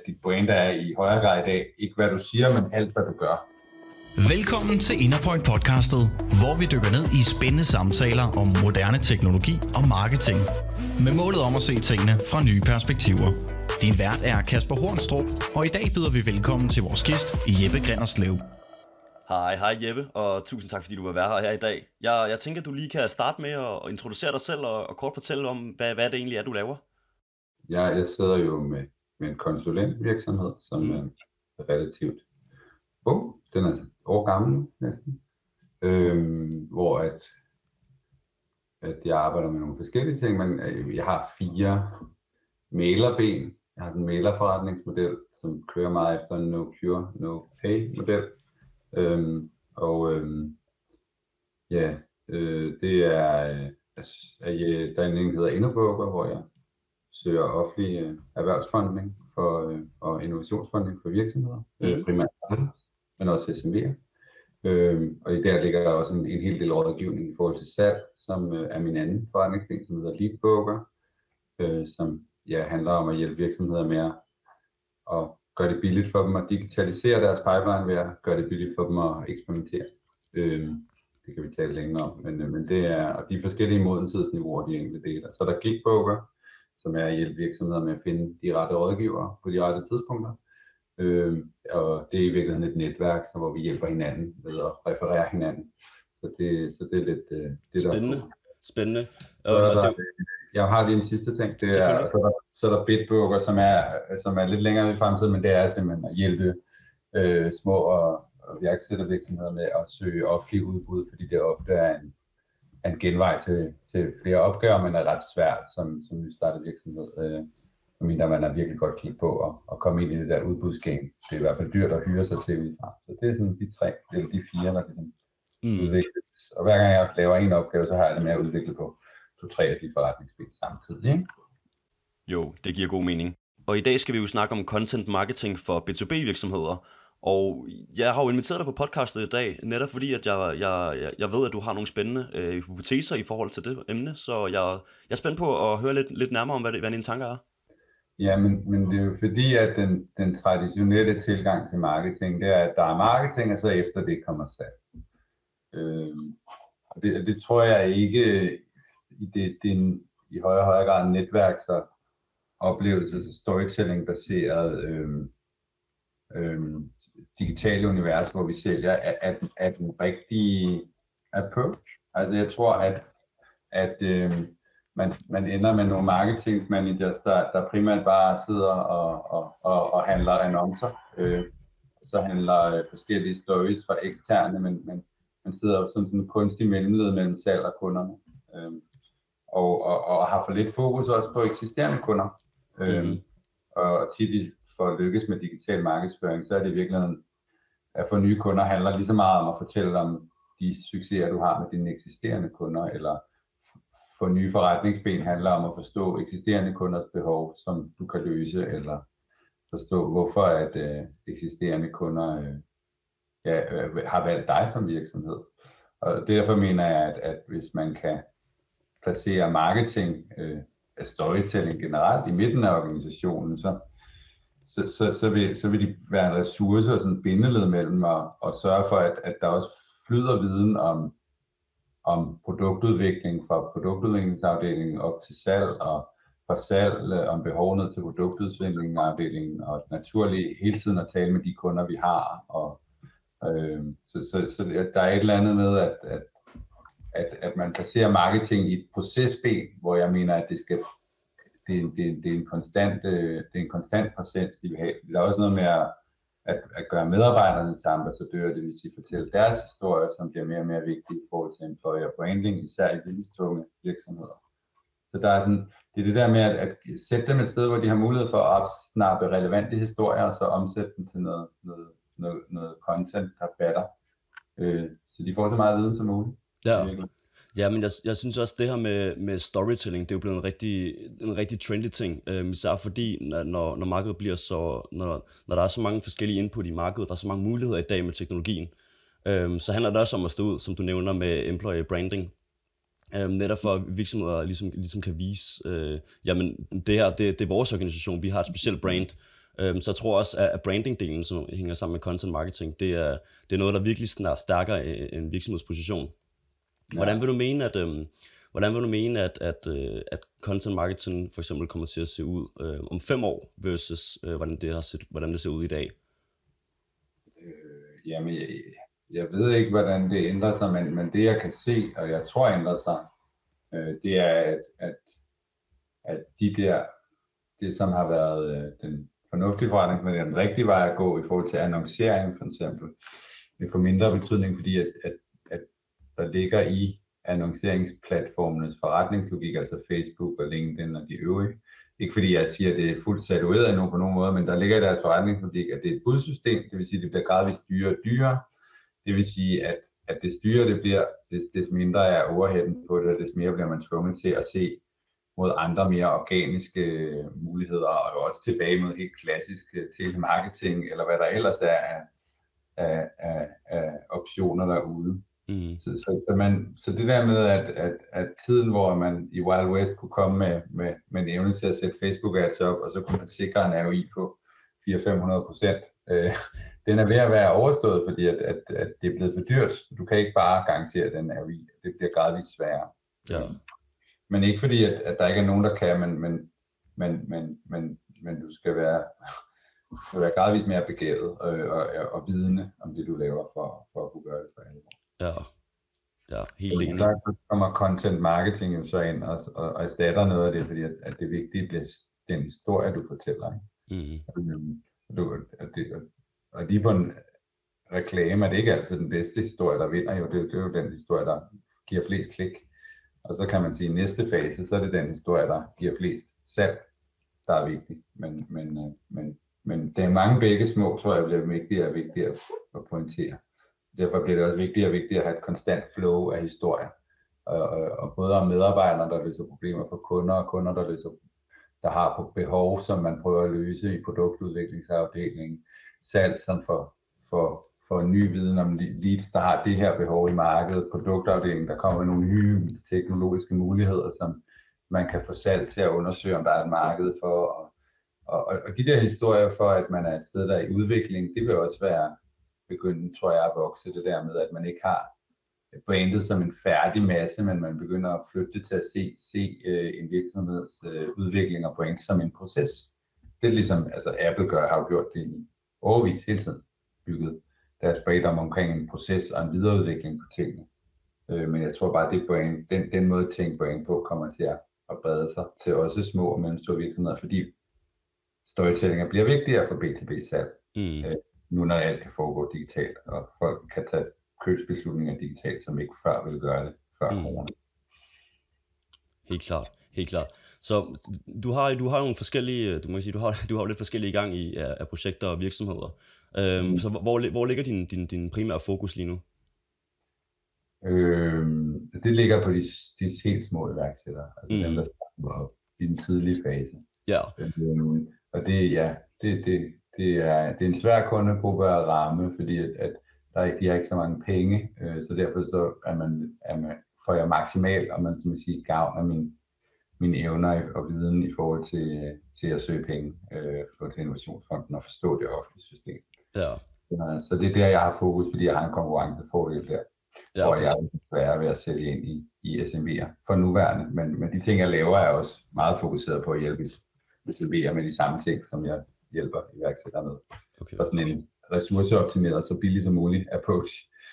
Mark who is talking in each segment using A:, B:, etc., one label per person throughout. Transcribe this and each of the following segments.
A: dit brand er i højere grad i dag ikke hvad du siger, men alt hvad du gør.
B: Velkommen til Innerpoint podcastet, hvor vi dykker ned i spændende samtaler om moderne teknologi og marketing, med målet om at se tingene fra nye perspektiver. Din vært er Kasper Hornstrup, og i dag byder vi velkommen til vores gæst, Jeppe Grinderslev.
C: Hej Jeppe, og tusind tak fordi du vil være her i dag. Jeg tænker, at du lige kan starte med at introducere dig selv og kort fortælle om, hvad det egentlig er, du laver.
A: Jeg sidder jo med en konsulentvirksomhed, som er relativt ung. Den er år gammel nu, næsten. Hvor at jeg arbejder med nogle forskellige ting, men jeg har 4 mailerben. Jeg har en mailerforretningsmodel, som kører meget efter en no-cure, no-pay-model. Det er der er en, der hedder Innoboker, hvor jeg søger offentlig erhvervsfonding og innovationsfonding for virksomheder, primært men også SMV'er. Og i der ligger der også en hel del rådgivning i forhold til salg, som er min anden forretningsben, som hedder Leadboker, som handler om at hjælpe virksomheder med at gøre det billigt for dem at digitalisere deres pipeline ved at gøre det billigt for dem at eksperimentere. Det kan vi tale længere om, men det er, og de forskellige modenhedsniveauer, de enkelte deler. Så er der Geekboker, som er at hjælpe virksomheder med at finde de rette rådgivere på de rette tidspunkter. Og det er i virkeligheden et netværk, hvor vi hjælper hinanden ved at referere hinanden. Så det er lidt det
C: spændende.
A: Der.
C: Spændende.
A: Jeg har lige en sidste ting. Det er, så er der Bitboker, som er lidt længere i fremtiden, men det er simpelthen at hjælpe små og iværksættervirksomheder med at søge offentlige udbud, fordi det ofte er en genvej til flere opgaver, men er ret svært som nystartet virksomhed. Mindre man er virkelig godt kig på at komme ind i det der udbudsgame. Det er i hvert fald dyrt at hyre sig til udefra. Så det er sådan de 3, eller de 4, der ligesom udvikles. Og hver gang jeg laver en opgave, så har jeg det med at udvikle på 2-3 af de forretningsben samtidig. Ikke?
C: Jo, det giver god mening. Og i dag skal vi jo snakke om content marketing for B2B virksomheder. Og jeg har jo inviteret dig på podcastet i dag, netop fordi at jeg ved, at du har nogle spændende hypoteser i forhold til det emne. Så jeg er spændt på at høre lidt nærmere om, hvad dine tanker er.
A: Ja, men det er jo fordi, at den traditionelle tilgang til marketing, det er, at der er marketing, og så efter det kommer salg. Det tror jeg ikke, det er i højere grad netværks- og oplevelses- og storytelling-baseret digitale univers, hvor vi sælger, er den rigtige approach. Altså jeg tror, at man ender med nogle marketingsmanagers, der primært bare sidder og handler annoncer, så handler forskellige stories fra eksterne, men man sidder som sådan en kunstig mellemled mellem salg og kunderne, og har for lidt fokus også på eksisterende kunder. Og tit for at lykkes med digital markedsføring, så er det i virkeligheden, at for nye kunder handler lige så meget om at fortælle om de succeser, du har med dine eksisterende kunder, eller for nye forretningsben handler om at forstå eksisterende kunders behov, som du kan løse, eller forstå, hvorfor at eksisterende kunder har valgt dig som virksomhed. Og derfor mener jeg, at hvis man kan placere marketing af storytelling generelt i midten af organisationen, så vil de være en ressource og sådan en bindeled mellem og sørge for, at der også flyder viden om produktudvikling fra produktudviklingsafdelingen op til salg, og fra salg om behov ned til produktudviklingsafdelingen, og naturligt hele tiden at tale med de kunder, vi har. Så der er et eller andet med, at man placerer marketing i et procesben, hvor jeg mener, at det er en konstant præsens, de vil have. Der er også noget med at gøre medarbejderne til ambassadører, det vil sige fortælle deres historie, som bliver mere og mere vigtige i forhold til employer branding, især i videnstunge virksomheder. Så der er sådan, det er det der med at sætte dem et sted, hvor de har mulighed for at opsnappe relevante historier, og så omsætte dem til noget content, der batter. Så de får så meget viden som muligt.
C: Ja, men jeg synes også, det her med storytelling, det er jo blevet en rigtig trendy ting, især fordi, når markedet bliver så, når der er så mange forskellige input i markedet, der er så mange muligheder i dag med teknologien, så handler det også om at stå ud, som du nævner med employee branding, netop for at virksomheder ligesom kan vise, jamen det her, det er vores organisation, vi har et specielt brand, Så jeg tror også, at branding-delen, som hænger sammen med content marketing, det er noget, der virkelig er stærkere en virksomhedsposition. Ja. Hvordan vil du mene, at content marketing for eksempel kommer til at se ud om 5 år, versus hvordan det ser ud i dag?
A: Jamen, jeg ved ikke, hvordan det ændrer sig, men det jeg kan se, og jeg tror ændrer sig, det er, at det som har været den fornuftige forretning, men den rigtige vej at gå i forhold til annoncering for eksempel, det får mindre betydning, fordi at der ligger i annonceringsplatformenes forretningslogik, altså Facebook og LinkedIn og de øvrige. Ikke fordi jeg siger, at det er fuldt satueret endnu på nogen måde, men der ligger i deres forretningslogik, at det er et budsystem, det vil sige, at det bliver gradvist dyrere og dyrere. Det vil sige, at det dyrere det bliver, des mindre er overheaden på det, og des mere bliver man tvunget til at se mod andre mere organiske muligheder, og også tilbage mod helt klassisk telemarketing, eller hvad der ellers er af optioner derude. Mm. Så det der med, at tiden, hvor man i Wild West kunne komme med en evne til at sætte Facebook ads op, og så kunne man sikre en ROI på 400-500%, den er ved at være overstået, fordi at det er blevet for dyrt. Du kan ikke bare garantere den ROI. Det bliver gradvist sværere.
C: Ja.
A: Men ikke fordi, at der ikke er nogen, der kan, men du skal være gradvist mere begavet og vidende om det, du laver for at kunne gøre det for alle.
C: Ja, helt enig.
A: Der kommer content marketing jo så ind og erstatter noget af det, fordi at det vigtige bliver den historie, du fortæller. Mm. Og lige på en reklame er det ikke altid den bedste historie, der vinder. Jo, det er jo den historie, der giver flest klik. Og så kan man sige, at i næste fase, så er det den historie, der giver flest salg, der er vigtig. Men det er mange begge små, tror jeg, bliver vigtigere at pointere. Derfor bliver det også vigtigere at have et konstant flow af historier. Og både om medarbejdere, der løser problemer for kunder, og kunder, der har behov, som man prøver at løse i produktudviklingsafdelingen. Salg som for ny viden om leads, der har det her behov i markedet. Produktafdelingen, der kommer nogle nye teknologiske muligheder, som man kan få salg til at undersøge, om der er et marked for. Og de der historier for, at man er et sted, der er i udvikling, det vil også være begyndt, tror jeg, at vokse det der med, at man ikke har brandet som en færdig masse, men man begynder at flytte til at se en virksomheds udvikling og brand som en proces. Det er ligesom, altså Apple har jo gjort det i årevis hele tiden, bygget deres brand omkring en proces og en videreudvikling på tingene. Men jeg tror bare, at den måde at tænke brand på kommer til at brede sig til også små og mellemstore virksomheder, fordi storytellinger bliver vigtigere for B2B-salg. Nu når alt kan foregå digitalt, og folk kan tage købsbeslutninger digitalt, som ikke før ville gøre det før corona.
C: Helt klart. Så du har nogle forskellige, du har lidt forskellige i gang af projekter og virksomheder. Så hvor ligger din primære fokus lige nu?
A: Det ligger på de helt små iværksættere, altså dem, der starter i den tidlige fase.
C: Ja.
A: Og det er en svær kundegruppe at ramme, fordi at de har ikke så mange penge, så derfor så får jeg maksimalt, om man skal sige, gavn af mine evner og viden i forhold til at søge penge til Innovationsfonden og forstå det offentlige system.
C: Ja.
A: Så det er der, jeg har fokus, fordi jeg har en konkurrencefordel der, hvor jeg er sværere ved at sælge ind i SMV'er for nuværende, men de ting, jeg laver, er også meget fokuseret på at hjælpe SMV'er med de samme ting, som jeg hjælper iværksættere med. Okay. Og sådan en ressourceoptimeret, så billigt som muligt approach.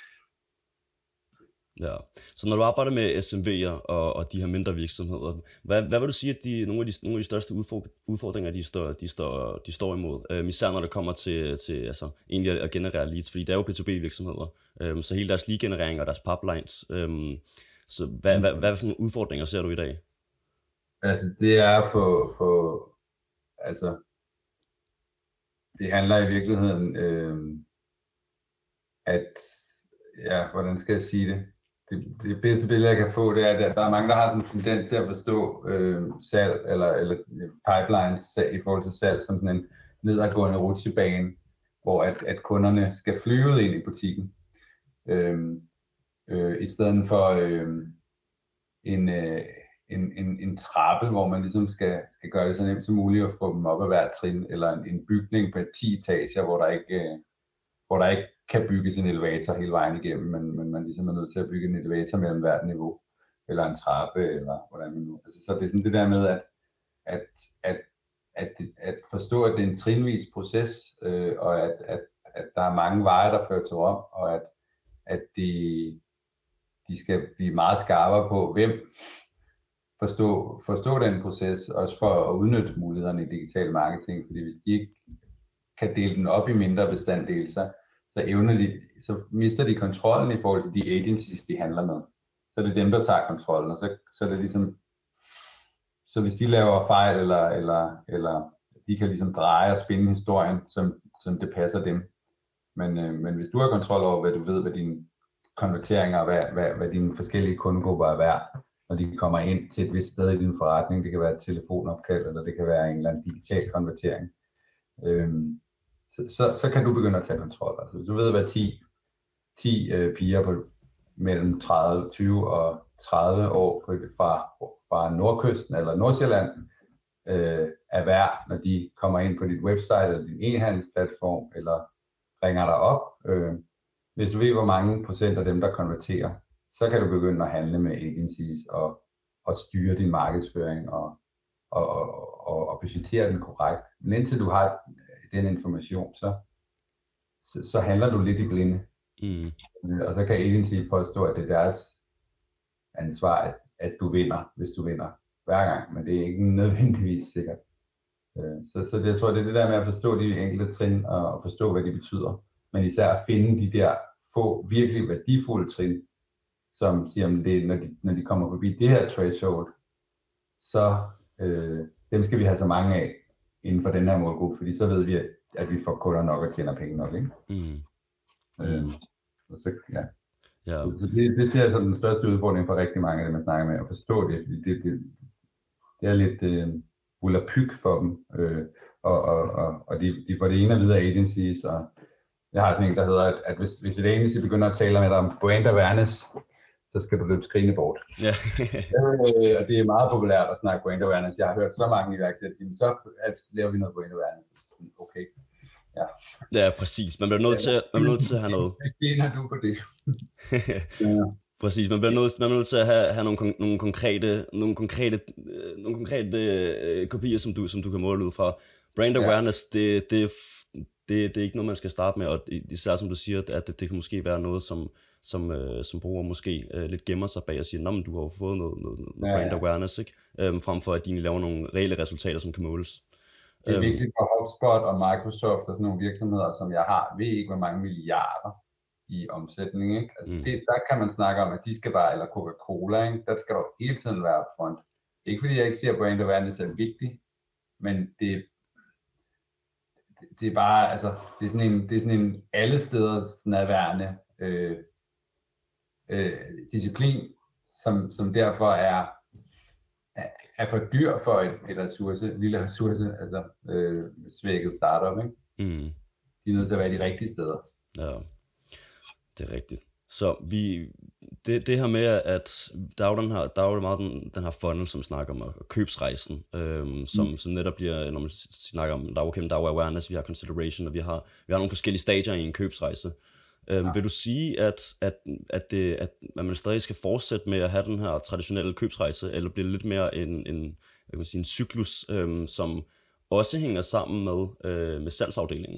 C: Ja, så når du arbejder med SMV'er og de her mindre virksomheder, hvad vil du sige, at nogle af de største udfordringer, de står imod? Især når det kommer til altså, egentlig at generere leads, fordi det er jo B2B virksomheder, så hele deres lead-generering og deres pipelines. Så hvad for nogle udfordringer ser du i dag?
A: Altså det er altså det handler i virkeligheden hvordan skal jeg sige det? Det bedste billede, jeg kan få, det er, at der er mange, der har en tendens til at forstå salg eller pipelines i forhold til salg som sådan en nedadgående rutsjebane, hvor at kunderne skal flyve ind i butikken. I stedet for en trappe, hvor man ligesom skal gøre det så nemt som muligt at få dem op ad hver trin, eller en bygning på 10 etager, hvor der ikke kan bygges en elevator hele vejen igennem, men man ligesom er nødt til at bygge en elevator mellem hvert niveau, eller en trappe, eller hvordan man nu. Altså, så det er sådan det der med at forstå, at det er en trinvis proces, og at der er mange veje, der fører til Rom, og at de skal blive meget skarpere på, hvem forstå den proces, også for at udnytte mulighederne i digital marketing, fordi hvis de ikke kan dele den op i mindre bestanddele, så mister de kontrollen i forhold til de agencies, de handler med. Så er det dem, der tager kontrollen, og så er det ligesom, så hvis de laver fejl, eller de kan ligesom dreje og spinde historien, som det passer dem. Men hvis du har kontrol over, hvad du ved, hvad dine konverteringer og hvad dine forskellige kundegrupper er værd, når de kommer ind til et vist sted i din forretning, det kan være et telefonopkald, eller det kan være en eller anden digital konvertering, så kan du begynde at tage kontrol. Altså hvis du ved, hvad 10 piger på mellem 20 og 30 år fra Nordkysten eller Nordsjælland er værd, når de kommer ind på dit website eller din e-handelsplatform, eller ringer dig op. Hvis du ved, hvor mange procent af dem, der konverterer, så kan du begynde at handle med agencies og styre din markedsføring og budgettere den korrekt. Men indtil du har den information, så handler du lidt i blinde. Og så kan agency påstå, at det er deres ansvar, at du vinder, hvis du vinder hver gang, men det er ikke nødvendigvis sikkert. Så jeg tror, det er det der med at forstå de enkelte trin og forstå, hvad de betyder, men især at finde de der få virkelig værdifulde trin, som siger, at det, når de kommer forbi det her threshold, så dem skal vi have så mange af inden for den her målgruppe, fordi så ved vi, at vi får kunder nok og tjener penge nok, ikke? Og så, ja. Så det ser jeg som den største udfordring for rigtig mange af dem, man snakker med, at forstå det, fordi det er lidt volapyk for dem, og de får det ene at vide af agencies, og jeg har sådan en, der hedder, at hvis et agency begynder at tale med dig om brand awareness, så skal du løbe skrigende bort. Og det er meget populært at snakke brand awareness. Jeg har hørt så mange iværksættere sige, så laver vi noget brand awareness. Okay.
C: Ja, præcis. Man bliver nødt til at have noget.
A: Hvad tjener du på det?
C: Præcis. Man bliver nødt til at have nogle konkrete kopier, som du kan måle ud fra. Brand awareness, det er ikke noget, man skal starte med, og især som du siger, at det kan måske være noget, som bruger måske lidt gemmer sig bag og siger, men du har jo fået noget brand awareness, ikke? Frem for at de laver nogle reelle resultater, som kan måles.
A: Det er vigtigt for HubSpot og Microsoft og sådan nogle virksomheder, som jeg har, ved ikke, hvor mange milliarder i omsætning, ikke? Altså der kan man snakke om, at de skal bare, eller Coca-Cola, ikke? Der skal der hele tiden være upfront. Ikke fordi jeg ikke siger, at brand awareness er vigtigt, men det er bare, altså, det er sådan en alle steders nærværende disciplin, som derfor er for dyr for et lille ressource, altså svækket startup, ikke? De er nødt til at være de rigtige steder.
C: Ja, det er rigtigt. Så det her med, at der er jo meget den her funnel, som snakker om købsrejsen, som netop bliver, når man snakker om, der er jo awareness, vi har consideration, og vi har nogle forskellige stadier i en købsrejse. Vil du sige, at man stadig skal fortsætte med at have den her traditionelle købsrejse, eller bliver det lidt mere en cyklus, som også hænger sammen med salgsafdelingen?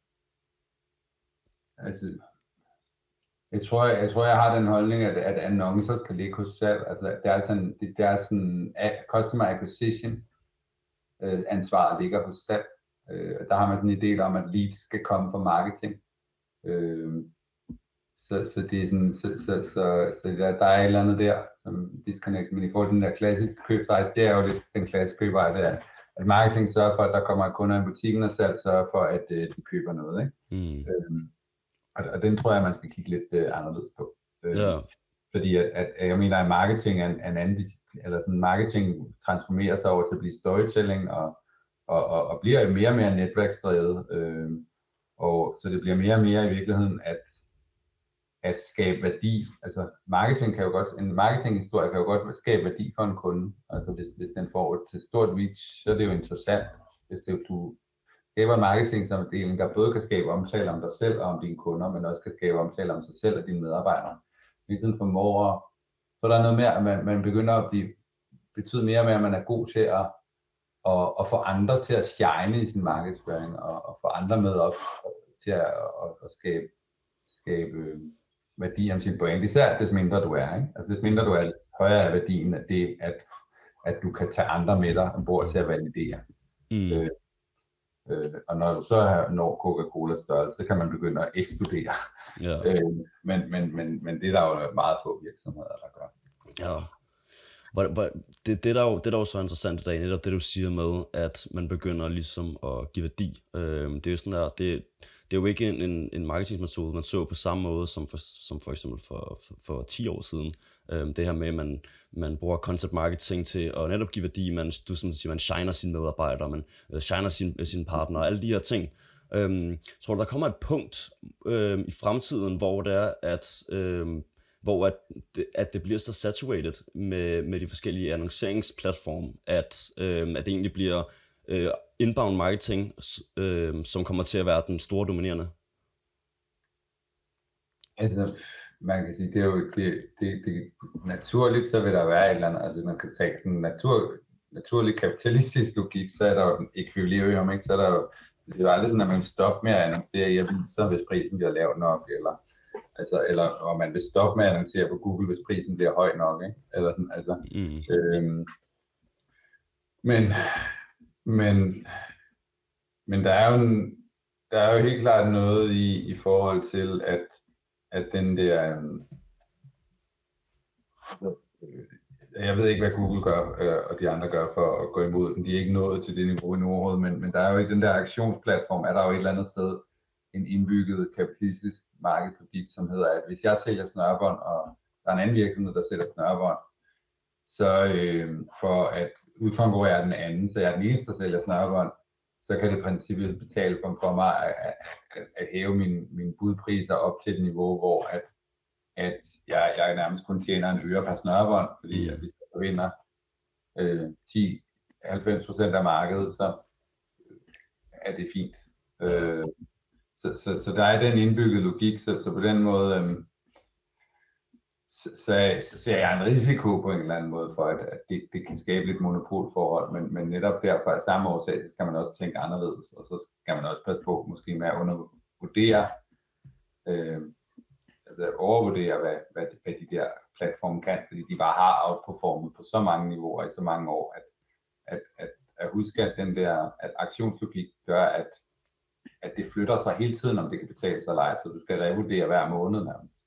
A: Altså, jeg tror, jeg har den holdning, at annoncer skal ligge hos salg. Altså, det er sådan customer acquisition ansvaret ligger hos salg. Der har man sådan en idé om, at leads skal komme fra marketing. Så det er sådan, så der er et eller andet der, som disconnect, men i forhold til den der klassiske købsrejse, det er jo lidt den klassiske købsrejse, det er, at marketing sørger for, at der kommer kunder i butikken, og salg sørger for, at de køber noget, ikke? Og den tror jeg, man skal kigge lidt anderledes på. Fordi at jeg mener, at marketing er en anden disciplin, eller sådan marketing transformerer sig over til at blive storytelling, og bliver mere og mere netværksdrevet, og så det bliver mere og mere i virkeligheden, at skabe værdi. Altså en marketinghistorie kan jo godt skabe værdi for en kunde. Altså hvis den får til stort reach, så er det jo interessant. Hvis du skaber en marketingsamdeling, der både kan skabe omtale om dig selv og om dine kunder, men også kan skabe omtale om sig selv og dine medarbejdere. Ligesom formår, så er der noget mere, at man begynder at betyde mere med, at man er god til at få andre til at shine i sin markedsføring, og få andre med op til at skabe værdi om sin brand. Især des mindre du er, ikke? Altså des mindre du er, højere er værdien af det, at du kan tage andre med dig ombord til at validere. Og når du så når Coca-Cola størrelse, så kan man begynde at eksplodere. Ja. Men det er der jo meget få virksomheder, der gør. Ja.
C: Det er der jo så interessant i dag, netop det du siger med, at man begynder ligesom at give værdi. Det er jo sådan der, det er jo ikke en marketingmetode, man så på samme måde som for eksempel for 10 år siden. Det her med, at man bruger concept marketing til at netop give værdi, man shiner sine medarbejdere, man shiner sine partnere, alle de her ting. Tror du, der kommer et punkt i fremtiden, hvor det er, at det bliver så saturated med de forskellige annonceringsplatforme, at det egentlig bliver inbound marketing, som kommer til at være den store dominerende?
A: Altså, man kan sige, det er jo det naturligt, så vil der være et eller andet, altså man kan tage sådan naturlig kapitalistisk logik, så er der jo en ekvilibrium, ikke? Så er der jo, det er jo aldrig sådan, at man stopper med at annoncere i aviser, hvis prisen bliver lav nok, eller og man vil stoppe med at annoncere på Google, hvis prisen bliver høj nok, ikke? Eller sådan, altså. Men der er jo helt klart noget i forhold til, at den der, jeg ved ikke, hvad Google gør, og de andre gør for at gå imod den. De er ikke nået til det niveau i Nordrådet, men der er jo i den der aktionsplatform, er der jo et eller andet sted en indbygget kapitalistisk markedslogik, som hedder, at hvis jeg sælger snørebånd, og der er en anden virksomhed, der sælger snørebånd, så for at udkonkurrere den anden, så jeg er den eneste, der sælger snørebånd, så kan det i princippet betale for mig at hæve mine budpriser op til et niveau, hvor at jeg nærmest kun tjener en øre per snørebånd, fordi at hvis jeg vinder 10-90% af markedet, så er det fint. Så der er den indbyggede logik, så på den måde så ser jeg en risiko på en eller anden måde for, at det kan skabe lidt monopolforhold, men netop derfor af samme årsag, så skal man også tænke anderledes, og så skal man også passe på måske med at undervurdere, altså overvurdere, hvad de der platforme kan, fordi de bare har outperformet på så mange niveauer i så mange år, at huske, at aktionslogik gør, at det flytter sig hele tiden, om det kan betale sig eller ej, så du skal revurdere hver måned nærmest.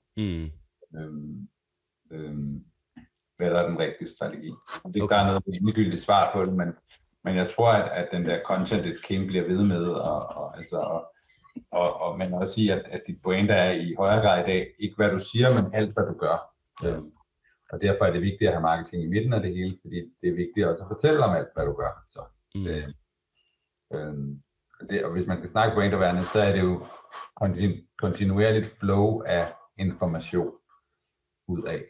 A: Hvad der er den rigtige strategi. Det er okay. Der er noget ligegyldigt svar på det, men jeg tror, at den der content king bliver ved med, og man også sige, at dit brand er i højere grad i dag, ikke hvad du siger, men alt hvad du gør. Og derfor er det vigtigt at have marketing i midten af det hele, fordi det er vigtigt også at fortælle om alt hvad du gør. Så, og hvis man skal snakke brand awareness, så er det jo kontinuerligt flow af information ud af.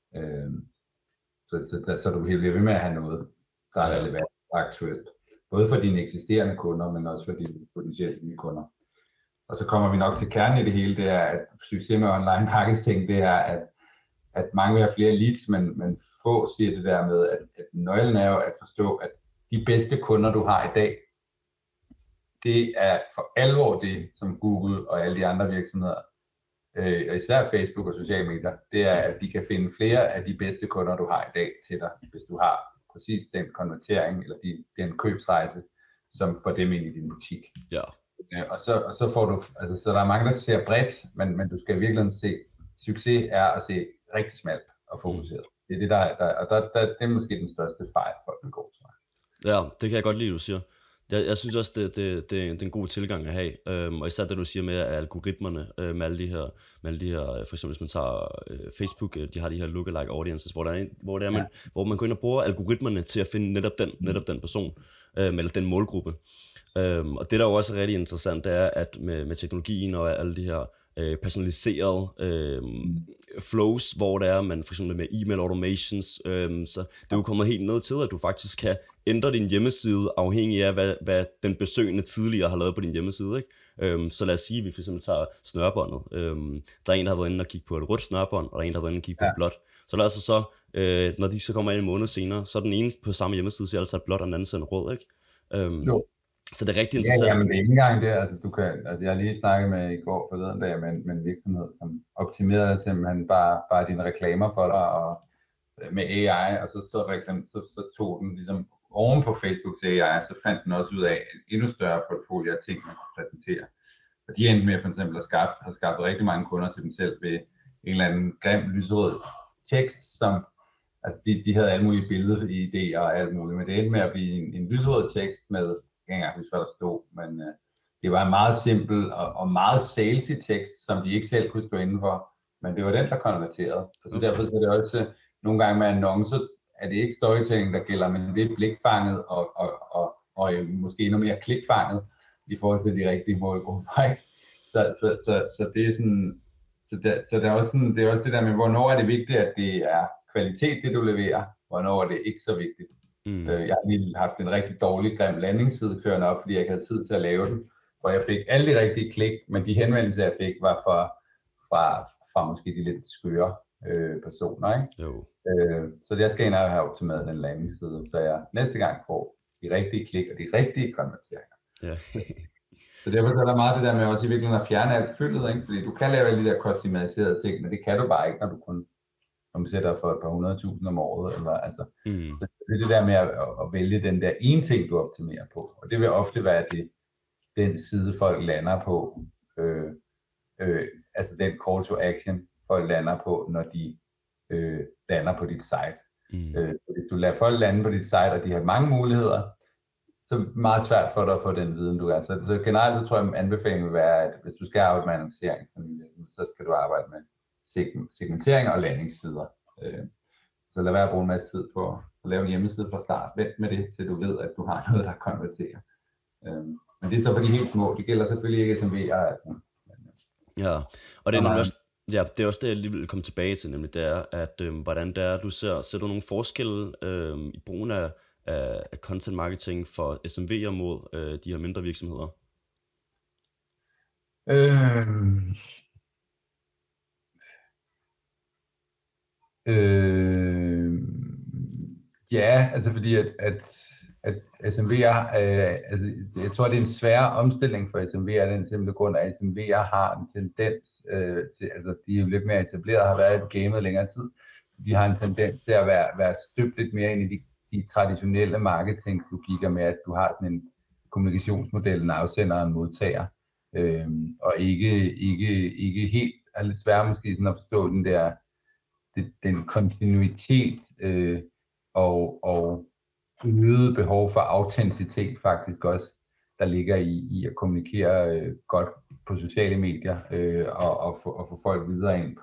A: Så du bliver ved med at have noget, der er relevant og aktuelt. Både for dine eksisterende kunder, men også for dine potentielle nye kunder. Og så kommer vi nok til kernen i det hele, det er, at succes med online marketing, det er, at mange vil have flere leads, men få siger det der med, at nøglen er jo at forstå, at de bedste kunder, du har i dag, det er for alvor det, som Google og alle de andre virksomheder, og især Facebook og sociale medier, det er, at de kan finde flere af de bedste kunder, du har i dag til dig, hvis du har præcis den konvertering, eller den købsrejse, som får dem ind i din butik. Ja. Og så får du, altså så der er mange, der ser bredt, men du skal virkelig se, succes er at se rigtig smalt og fokuseret. Det er det, det er måske den største fejl, folk begår, tror jeg.
C: Ja, det kan jeg godt lide, du siger. Jeg synes også, det er en god tilgang at have, og især det du siger med algoritmerne, med alle de her, for eksempel hvis man tager Facebook, de har de her lookalike audiences, hvor man går ind og bruger algoritmerne til at finde netop den person, eller den målgruppe. Og det der jo også er rigtig interessant, det er, at med teknologien og alle de her personaliserede flows, hvor det er, man for eksempel med email automations, så det er jo kommet helt ned til, at du faktisk kan ændre din hjemmeside, afhængig af, hvad den besøgende tidligere har lavet på din hjemmeside, ikke? Så lad os sige, at vi for eksempel tager snørebåndet. Der er en, der har været inde og kigge på et rødt snørebånd, og der er en, der har været inde og kigge på et blåt. Så lad os så, når de så kommer ind en måned senere, så er den ene på samme hjemmeside, så er altså et blåt, og den anden ser en rød, ikke? Så det er rigtig interessant.
A: Ja, men det er ikke engang det. Altså, jeg har lige snakket med i går forleden dag med en virksomhed, som optimerede simpelthen bare dine reklamer for dig og med AI, og så tog den ligesom oven på Facebooks AI, så fandt den også ud af en endnu større portfolio af ting, man kunne præsentere. Og de endte med for eksempel at skaffe rigtig mange kunder til dem selv ved en eller anden grim lyserød tekst, som altså de havde alle mulige billedidéer og alt muligt, men det endte med at blive en lyserød tekst med, jeg kan ikke engang huske, hvad der stod, men det var en meget simpel og meget salesy tekst, som de ikke selv kunne stå indenfor, men det var den, der konverterede. Altså derfor så er det også nogle gange med annoncer, er det ikke storytelling, der gælder, men det er blikfanget og måske endnu mere klikfanget i forhold til de rigtige målgrupper. Så det er sådan, så det er også sådan, det er også det der med, hvornår er det vigtigt, at det er kvalitet, det du leverer, hvornår er det ikke så vigtigt. Jeg har lige haft en rigtig dårlig, grim landingsside kørende op, fordi jeg ikke havde tid til at lave den, hvor jeg fik alle de rigtige klik, men de henvendelser, jeg fik, var fra måske de lidt skøre personer, ikke?
C: Jo.
A: Så jeg skal ind og have optimeret den landingsside, så jeg næste gang får de rigtige klik og de rigtige konverteringer.
C: Ja.
A: Så derfor er der meget det der med også i virkeligheden at fjerne alt fyldet, ikke? Fordi du kan lave alle de der kostymeriserede ting, men det kan du bare ikke, når du kun omsætter for et par 100.000 om året. Eller, altså. Så det er det der med at vælge den der ene ting, du optimerer på. Og det vil ofte være den side, folk lander på. Altså den call to action, folk lander på, når de lander på dit site. Hvis du lader folk lande på dit site, og de har mange muligheder, så er det meget svært for dig at få den viden, du er. Så generelt så tror jeg, at anbefalingen vil være, at hvis du skal arbejde med annoncering, så skal du arbejde med segmentering og landingssider. Så lad være at bruge en masse tid på at lave en hjemmeside fra start. Vent med det, til du ved, at du har noget, der konverterer. Men det er så for de helt små. Det gælder selvfølgelig ikke SMV'er.
C: Ja, og det er nemlig også, ja, det er også det, jeg lige vil komme tilbage til, nemlig det er, at hvordan det er, du ser du nogle forskelle i brugen af content marketing for SMV'er mod de her mindre virksomheder?
A: Ja, altså fordi at SMV'er, altså jeg tror det er en svær omstilling for SMV'er, den simpelthen grund af, at SMV'er har en tendens til, altså de er jo lidt mere etableret, har været i gamet længere tid, de har en tendens til at være støbt lidt mere ind i de traditionelle marketingslogikker med, at du har sådan en kommunikationsmodel, en afsender og en modtager, og ikke helt, er lidt svært måske sådan at forstå den kontinuitet og øget behov for autenticitet faktisk også, der ligger i at kommunikere godt på sociale medier og få folk videre ind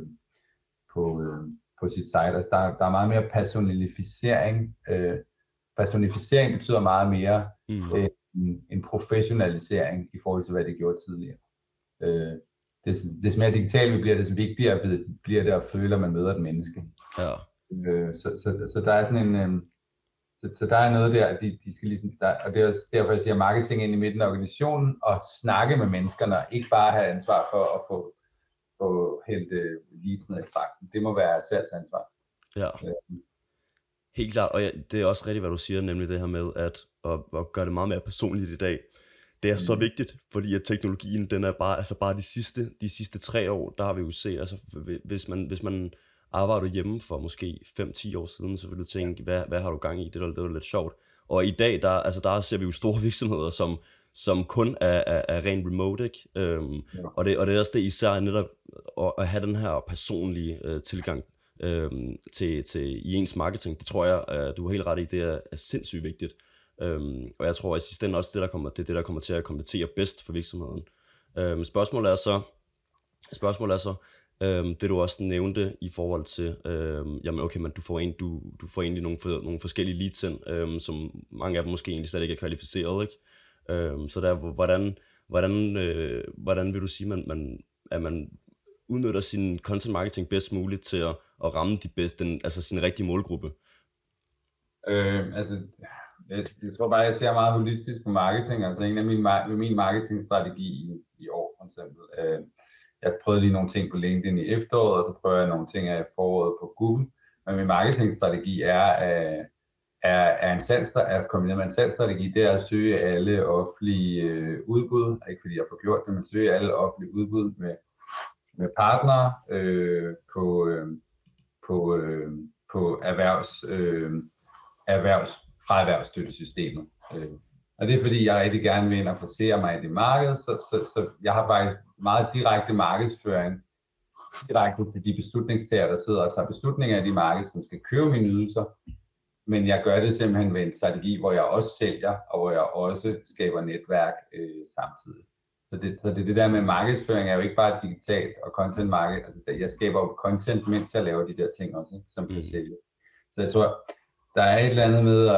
A: på sit site. Altså der er meget mere personificering. Personificering betyder meget mere en professionalisering i forhold til, hvad det gjorde tidligere. Des mere digitalt vi bliver, des vigtigere bliver det at føle, at man møder et menneske.
C: Ja.
A: Så der er sådan en... Så der er noget der, de skal ligesom, og det er også derfor, jeg siger marketing ind i midten af organisationen, og snakke med menneskerne, ikke bare have ansvar for at få hente leads ned i trakten. Det må være salgsansvar.
C: Ja, helt klart, og det er også rigtigt, hvad du siger, nemlig det her med at gøre det meget mere personligt i dag. Det er så vigtigt, fordi at teknologien, den er bare de sidste 3 år, der har vi jo set, altså hvis man arbejder hjemme for måske 5-10 år siden, så vil du tænke, hvad har du gang i? Det er lidt sjovt. Og i dag, der ser vi jo store virksomheder, som kun er rent remote, ikke? Og det er også det især netop at have den her personlige tilgang til i ens marketing. Det tror jeg, du er helt ret i, det er sindssygt vigtigt. Og jeg tror i sidste ende også, det er det, der kommer til at konvertere bedst for virksomheden. Spørgsmålet er så, det du også nævnte i forhold til, jamen okay, men du får egentlig nogle forskellige leads ind, som mange af dem måske egentlig slet ikke er kvalificeret, ikke? Så der, hvordan vil du sige, at man udnytter sin content marketing bedst muligt til at ramme altså sin rigtige målgruppe?
A: Jeg tror bare, jeg ser meget holistisk på marketing. Altså en af min marketingstrategi i år, for eksempel. Jeg prøvede lige nogle ting på LinkedIn i efteråret, og så prøver jeg nogle ting af foråret på Google. Men min marketingstrategi er kombineret med en salgsstrategi, det er at søge alle offentlige udbud. Ikke fordi jeg får gjort det, men søge alle offentlige udbud med partnere på fra erhvervsstøttesystemet. Og det er fordi, jeg rigtig gerne vil ind og placere mig i det marked, så jeg har faktisk meget direkte markedsføring direkte til de beslutningstagere, der sidder og tager beslutninger i de marked, som skal købe mine ydelser. Men jeg gør det simpelthen med en strategi, hvor jeg også sælger, og hvor jeg også skaber netværk samtidig. Så det der med markedsføring er jo ikke bare digitalt og content market. Altså, jeg skaber jo content, mens jeg laver de der ting også, som kan sælge. Så jeg tror, der er et eller andet med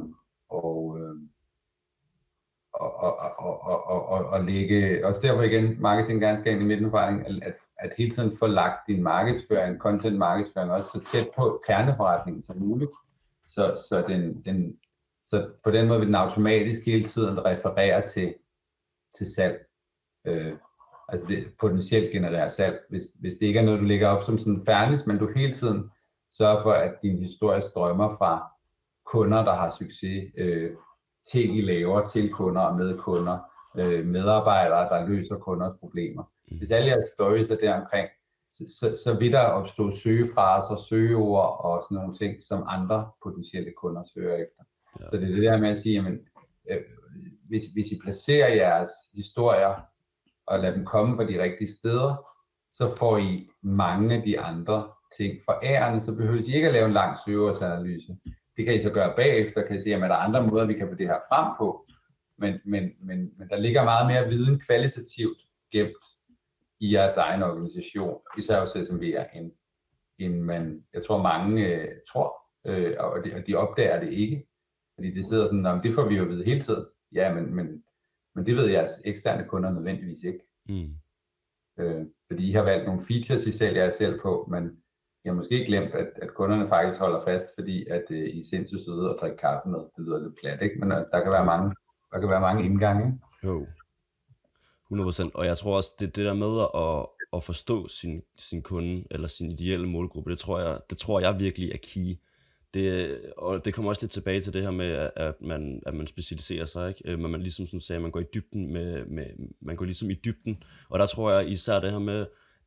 A: at lægge, også derfor igen, marketing ganske ind i midten af forretningen, at hele tiden få lagt din markedsføring, content markedsføring også så tæt på kerneforretningen som muligt. Så på den måde vil den automatisk hele tiden referere til salg. Altså det potentielt genererer salg. Hvis det ikke er noget, du lægger op som sådan færdigt, men du hele tiden sørger for, at din historie strømmer fra kunder, der har succes, ting I laver til kunder og med kunder, medarbejdere, der løser kunders problemer. Hvis alle jeres stories er deromkring, så vil der opstå søgefraser, søgeord og sådan nogle ting, som andre potentielle kunder søger efter. Ja. Så det er det der med at sige, jamen, hvis I placerer jeres historier og lader dem komme fra de rigtige steder, så får I mange af de andre ting forærende, så behøver I ikke at lave en lang søgeordsanalyse. Det kan I så gøre bagefter, kan I sige, at der er andre måder, vi kan få det her frem på. Men der ligger meget mere viden kvalitativt gemt i jeres egen organisation, især hos SMV'er, end man, jeg tror mange tror, og de opdager det ikke. Fordi det sidder sådan, det får vi jo at vide hele tiden. Ja, men det ved jeres eksterne kunder nødvendigvis ikke. Fordi I har valgt nogle features, I sælger jer selv på, men jeg har måske glemt, at kunderne faktisk holder fast, fordi at I er sindssygt søde og drikke kaffe med. Det lyder lidt plat, ikke? Men der kan være mange indgange.
C: Jo, 100%. Og jeg tror også, det der med at forstå sin kunde, eller sin ideelle målgruppe, det tror jeg virkelig er key. Og det kommer også lidt tilbage til det her med, at man specialiserer sig, ikke? Men man ligesom som sagde, man går i dybden man går ligesom i dybden. Og der tror jeg især det her med,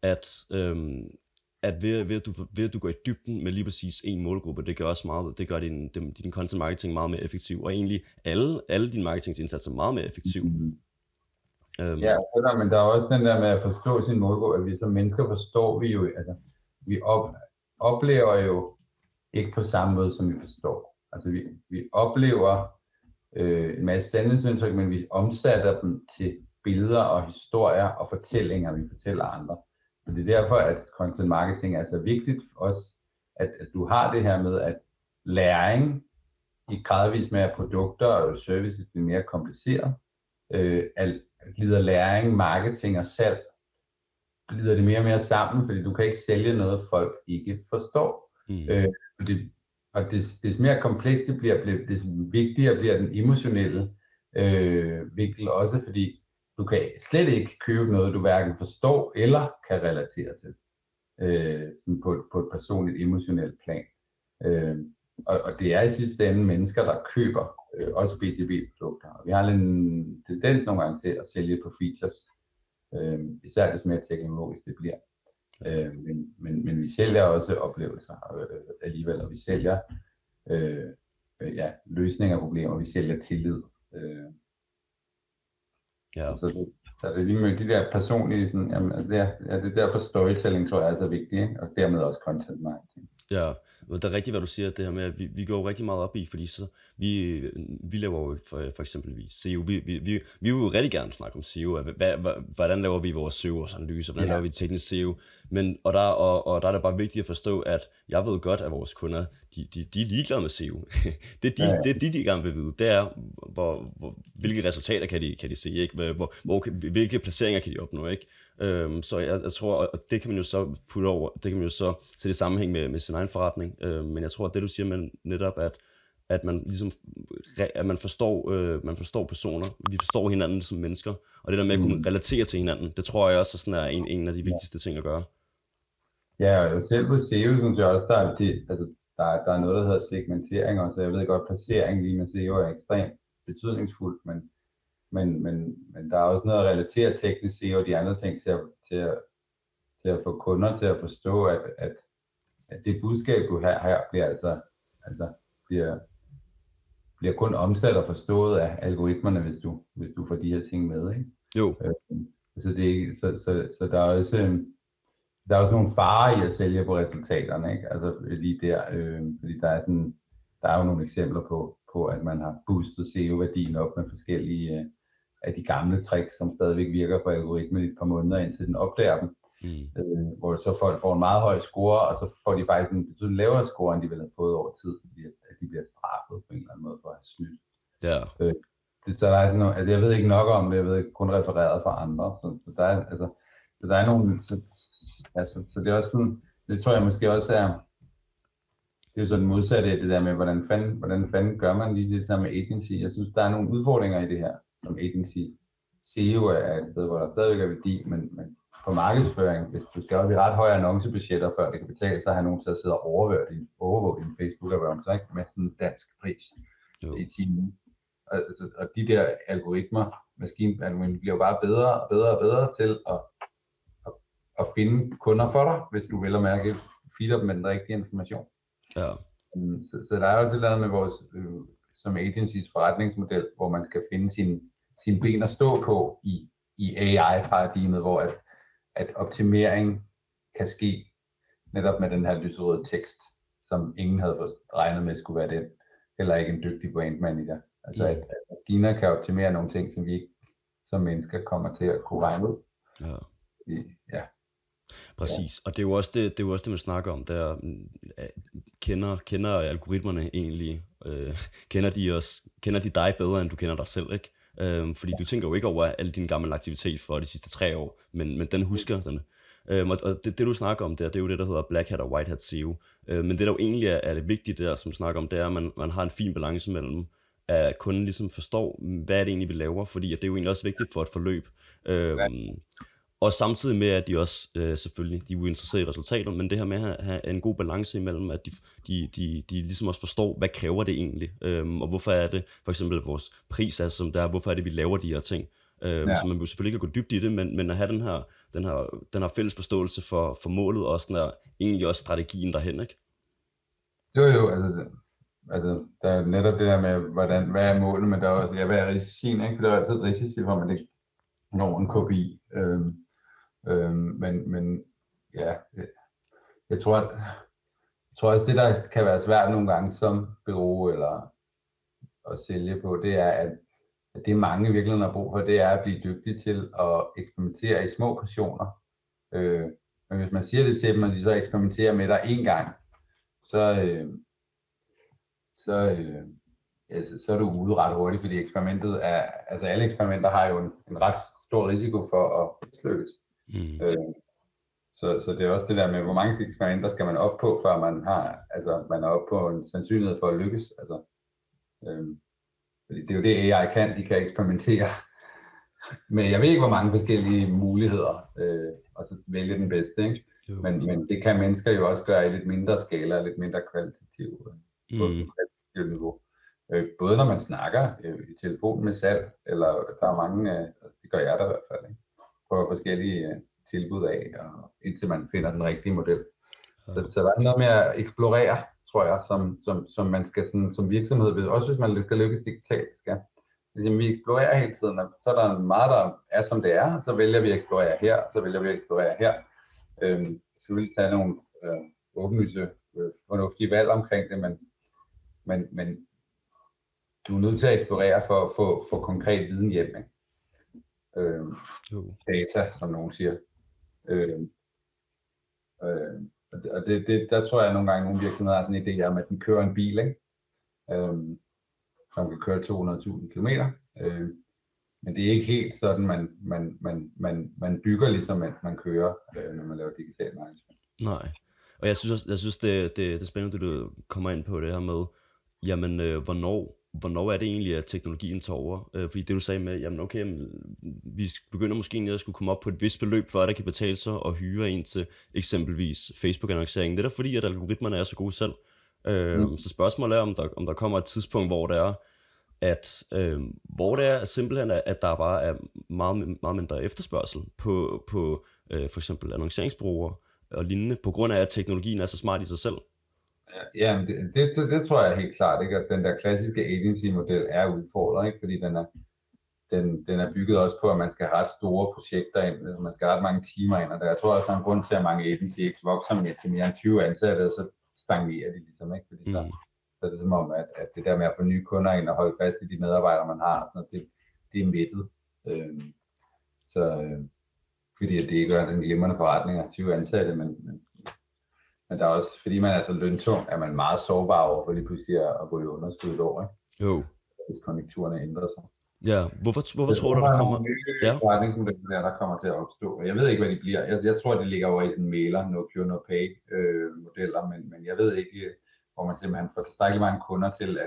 C: at ved at du går i dybden med lige præcis en målgruppe, det gør din content marketing meget mere effektiv, og egentlig alle dine marketingindsatser meget mere effektiv.
A: Ja, men der er også den der med at forstå sin målgruppe, at vi som mennesker forstår vi jo, altså vi oplever jo ikke på samme måde, som vi forstår. Altså vi oplever en masse sandhedsindtryk, men vi omsætter dem til billeder og historier og fortællinger, vi fortæller andre. Og det er derfor, at content marketing er så vigtigt også, at du har det her med, at læring i gradvis med, at produkter og services bliver mere kompliceret, glider læring, marketing og salg, glider det mere og mere sammen, fordi du kan ikke sælge noget, folk ikke forstår. Og des mere komplekst det bliver, des vigtigere bliver den emotionelle vinkel også, fordi du kan slet ikke købe noget, du hverken forstår eller kan relatere til på et personligt emotionelt plan. Og det er i sidste ende mennesker, der køber også B2B-produkter. Og vi har en tendens nogle gange til at sælge på features, især des mere teknologisk det bliver. Men vi sælger også oplevelser alligevel, og vi sælger løsninger af problemer, vi sælger tillid.
C: Ja.
A: Så det er lige med de der personlige, sådan, jamen, det er derfor storytelling tror jeg er så vigtigt, ikke? Og dermed også content marketing.
C: Ja, men det er rigtigt, hvad du siger, det her med, at vi går jo rigtig meget op i, fordi så vi laver jo for eksempelvis SEO, vi vil jo rigtig gerne snakke om SEO, hvordan laver vi vores SEO-analyser, hvordan laver vi teknisk SEO, men, og der er det bare vigtigt at forstå, at jeg ved godt, at vores kunder, de er ligeglade med SEO. det de gerne vil vide, det er, hvilke resultater kan de se, ikke? hvilke placeringer kan de opnå, ikke? Så jeg tror, og det kan man jo så putte over, det kan man jo så sætte i sammenhæng med sin egen forretning, men jeg tror, at det du siger med netop, at man ligesom, at man forstår personer, vi forstår hinanden som mennesker, og det der med at kunne relatere til hinanden, det tror jeg også sådan er en af de vigtigste ting at gøre.
A: Ja, og selv på SEO synes jeg også, der er noget, der hedder segmentering også. Jeg ved godt, placering lige med SEO er ekstremt betydningsfuldt, men der er også noget at relatere teknisk SEO og de andre ting til at få kunder til at forstå, at det budskab, du har her, bliver kun omsat og forstået af algoritmerne, hvis du får de her ting med, ikke?
C: Jo.
A: Så der er også nogle farer i at sælge på resultaterne, ikke? Altså lige der, fordi der er jo nogle eksempler på, at man har boostet SEO-værdien op med forskellige af de gamle tricks, som stadigvæk virker på algoritmen et par måneder, indtil den opdager dem. Hvor så folk får en meget høj score, og så får de faktisk en betydeligt lavere score, end de ville have fået over tid, fordi at de bliver straffet på en eller anden måde for at have snydt.
C: Ja.
A: Så der er sådan noget, altså jeg ved ikke nok om det, jeg ved kun refereret fra andre, så der er nogle, så det er også sådan, det tror jeg måske også er, det er jo sådan modsatte af det der med, hvordan fanden gør man lige det sammen med agency. Jeg synes, der er nogle udfordringer i det her, som agency. SEO er et sted, hvor der stadigvæk er værdi, men på markedsføring, hvis du skal op i ret høje annoncebudgetter, før det kan betale sig at have nogen til at sidde og overvåge din Facebook-annoncer, ikke? Med sådan en dansk pris i timen. Og de der algoritmer, maskinalgoritmer, bliver jo bare bedre og bedre og bedre til at finde kunder for dig, hvis du vil at mærke feeder dem med den rigtige information. Ja. Så der er også et eller andet med vores, som agencies forretningsmodel, hvor man skal finde sine ben at stå på i AI-paradigmet, hvor at optimering kan ske netop med den her lyserøde tekst, som ingen havde regnet med skulle være den, heller ikke en dygtig brandmanager. Altså at maskiner kan optimere nogle ting, som vi ikke som mennesker kommer til at kunne regne ud. Ja.
C: Præcis, og det er jo også det, man snakker om, der kender algoritmerne egentlig, kender de dig bedre, end du kender dig selv, ikke? Fordi du tænker jo ikke over alle dine gamle aktivitet for de sidste 3 år, men den husker den. Og det du snakker om der, det er jo det, der hedder Black Hat og White Hat SEO. Men det der jo egentlig er det vigtige der, som du snakker om, det er, at man har en fin balance mellem, at kunden ligesom forstår, hvad er det egentlig, vi laver, fordi at det er jo egentlig også vigtigt for et forløb. Og samtidig med, at de også selvfølgelig, de er jo interesseret i resultater, men det her med at have en god balance imellem, at de ligesom også forstår, hvad kræver det egentlig, og hvorfor er det, for eksempel vores pris er som der, hvorfor er det, vi laver de her ting. Så man vil selvfølgelig ikke gå dybt i det, men at have den her fælles forståelse for målet, og sådan der, egentlig også strategien derhen, ikke?
A: Jo, altså der er netop det der med, hvad er målet, men der er også, hvad er risicien, ikke? For der er altid risici for, at man ikke når en KPI. Men ja, jeg tror også det, der kan være svært nogle gange som bureau eller at sælge på, det er, at det mange virkelig har brug for, det er at blive dygtig til at eksperimentere i små portioner. Men hvis man siger det til dem, og de så eksperimenterer med dig en gang, så er du ude ret hurtigt, fordi eksperimentet er, altså alle eksperimenter har jo en ret stor risiko for at mislykkes. Så det er også det der med, hvor mange eksperimenter skal man op på, før man er oppe på en sandsynlighed for at lykkes. Altså, fordi det er jo det AI kan, de kan eksperimentere. Men jeg ved ikke, hvor mange forskellige muligheder, og så vælge den bedste, ikke? Men det kan mennesker jo også gøre i lidt mindre skala, lidt mindre kvalitativt niveau. Både når man snakker i telefon med salg, eller der er mange, det gør jeg da i hvert fald, ikke? Prøver forskellige tilbud af, og indtil man finder den rigtige model. Så der er noget med at eksplorere, tror jeg, som man skal sådan, som virksomhed, også hvis man skal lykkes digitalt, hvis vi eksplorerer hele tiden, så er der meget, der er som det er, så vælger vi at eksplorere her, så vælger vi at eksplorere her. Så vil vi tage nogle åbenlyse, fornuftige valg omkring det, men du er nødt til at eksplorere for at få konkret viden hjem. Data, som nogen siger. Og der tror jeg nogle gange, nogle virksomheder har sådan en idé om, at de kører en bil, ikke? Som kan køre 200.000 km. men det er ikke helt sådan, man bygger ligesom, at man kører, når man laver digital management.
C: Nej, og jeg synes det er spændende, at du kommer ind på det her med, jamen, hvornår er det egentlig, at teknologien tager over? Fordi det du sagde med, jamen okay, vi begynder måske egentlig at skulle komme op på et vist beløb, for at der kan betale sig og hyre en til eksempelvis Facebook-annoncering. Det er der fordi, at algoritmerne er så gode selv. Så spørgsmålet er, om der kommer et tidspunkt, hvor det er simpelthen, at der bare er meget, meget mindre efterspørgsel på for eksempel annonceringsbureauer og lignende, på grund af, at teknologien er så smart i sig selv.
A: Ja, det tror jeg helt klart, ikke? At den der klassiske agency-model er udfordret, ikke? Fordi den er bygget også på, at man skal have ret store projekter ind, altså man skal have ret mange timer ind, og jeg tror også, der er en grund til, at mange agency ikke vokser med til mere end 20 ansatte, og så stagnerer de ligesom, ikke? Fordi så er det som om, at det der med at få nye kunder ind og holde fast i de medarbejdere, man har, sådan noget, det er mættet. Fordi at det ikke er den glimrende forretning af 20 ansatte, men der er også, fordi man er så løntung, er man meget sårbar over for lige pludselig at gå i underskud et år, ikke?
C: Jo.
A: Hvis konjunkturerne ændrer sig.
C: Ja, hvorfor tror du, der kommer?
A: Forretningsmodeller, der kommer til at opstå. Jeg ved ikke, hvad de bliver. Jeg tror, det ligger over i den mailer, no cure, no pay modeller, men jeg ved ikke, hvor man simpelthen får tilstrækkeligt mange kunder til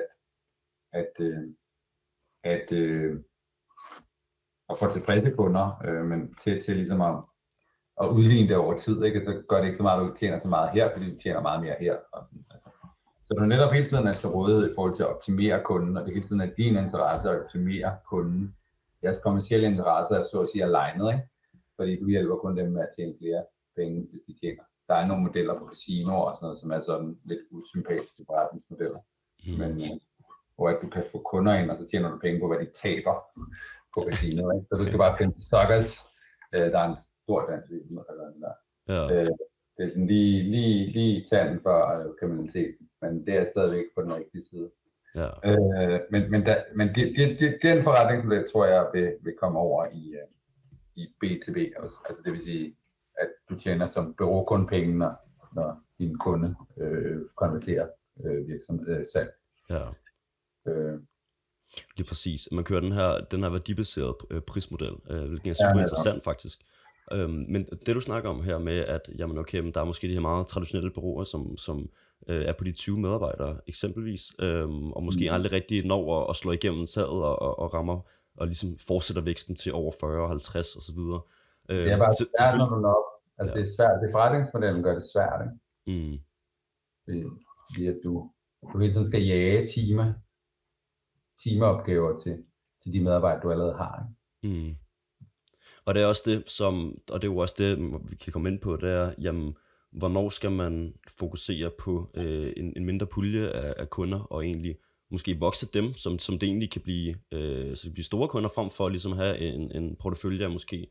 A: at få tilfredse kunder, men til ligesom at udligne det over tid, ikke? Så gør det ikke så meget, at du tjener så meget her, fordi du tjener meget mere her. Og sådan, altså. Så du netop hele tiden er til rådighed i forhold til at optimere kunden, og det hele tiden er din interesse at optimere kunden. Jeres kommercielle interesse er så at sige alignet, ikke? Fordi du hjælper kun dem med at tjene flere penge, hvis de tjener. Der er nogle modeller på casinoer og sådan noget, som er sådan lidt usympatiske forretningsmodeller. Men hvor at du kan få kunder ind, og så tjener du penge på, hvad de taber på casinoer, ikke? Så du skal bare finde suckers. Der er en stor dansk virksomhed, der gør den der.
C: Ja.
A: Det er sådan lige tanden for kriminaliteten, men det er stadigvæk på den rigtige side.
C: Ja.
A: Men den forretningsmodel tror jeg vil komme over i B2B, altså det vil sige, at du tjener som bureau kun penge, når din kunde konverterer salg.
C: Ja. Lige præcis. Man kører den her værdibaserede prismodel, hvilket er super interessant faktisk. Men det du snakker om her med, at jamen okay, men der er måske de her meget traditionelle bureauer, som er på de 20 medarbejdere eksempelvis, og måske aldrig rigtig når at slå igennem taget og rammer, og ligesom fortsætter væksten til over 40 og 50 og så videre.
A: Det er bare svært, når du når. Altså det er svært. Det forretningsmodellen gør det svært, ikke? Fordi at du hele tiden skal jage timeopgaver til de medarbejdere, du allerede har, ikke?
C: Og det er også det, og det er jo også det, vi kan komme ind på, det er, jamen, hvornår skal man fokusere på en mindre pulje af kunder, og egentlig måske vokse dem, som det egentlig kan blive, så det bliver store kunder, frem for at ligesom have en portefølje af måske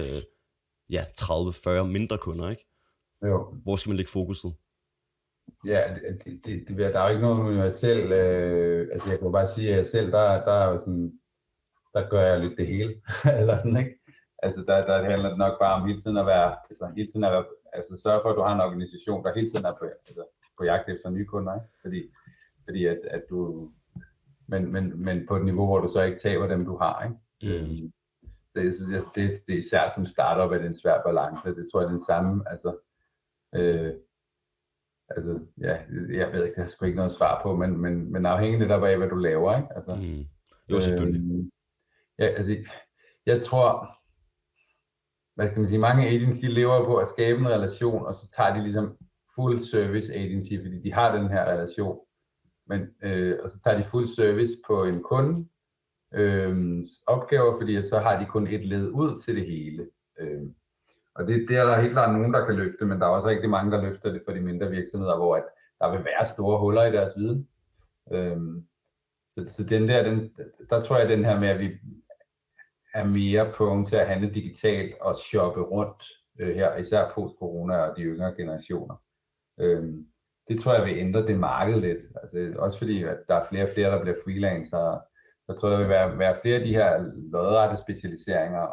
C: 30-40 mindre kunder, ikke?
A: Jo.
C: Hvor skal man lægge fokuset?
A: Ja, der er jo ikke noget universelt, altså jeg kan bare sige, at jeg selv, der er jo sådan, der gør jeg lidt det hele, eller sådan, ikke? Altså der handler det nok bare om hele tiden at være, altså sørge for, at du har en organisation, der hele tiden er på jagt efter nye kunder, ikke? Fordi at du, men på et niveau, hvor du så ikke taber dem, du har, ikke? Så jeg synes, det er især som startup, at det er en svær balance. Det tror jeg, det er den samme, jeg ved ikke, det har sgu ikke noget svar på, men afhængigt lidt af, hvad du laver, ikke? Altså,
C: jo, selvfølgelig.
A: Jeg tror, hvad skal man sige, mange agency lever på at skabe en relation, og så tager de ligesom full service agency, fordi de har den her relation, og så tager de full service på en kunde opgaver, fordi så har de kun et led ud til det hele. Og det er der helt klart nogen, der kan løfte, men der er også rigtig mange, der løfter det for de mindre virksomheder, hvor at der vil være store huller i deres viden. Så der tror jeg, den her med, at vi er mere på til at handle digitalt og shoppe rundt her, især post-corona og de yngre generationer. Det tror jeg vil ændre det marked lidt. Altså, også fordi, at der er flere og flere, der bliver freelancere. Jeg tror, der vil være flere af de her lodrette specialiseringer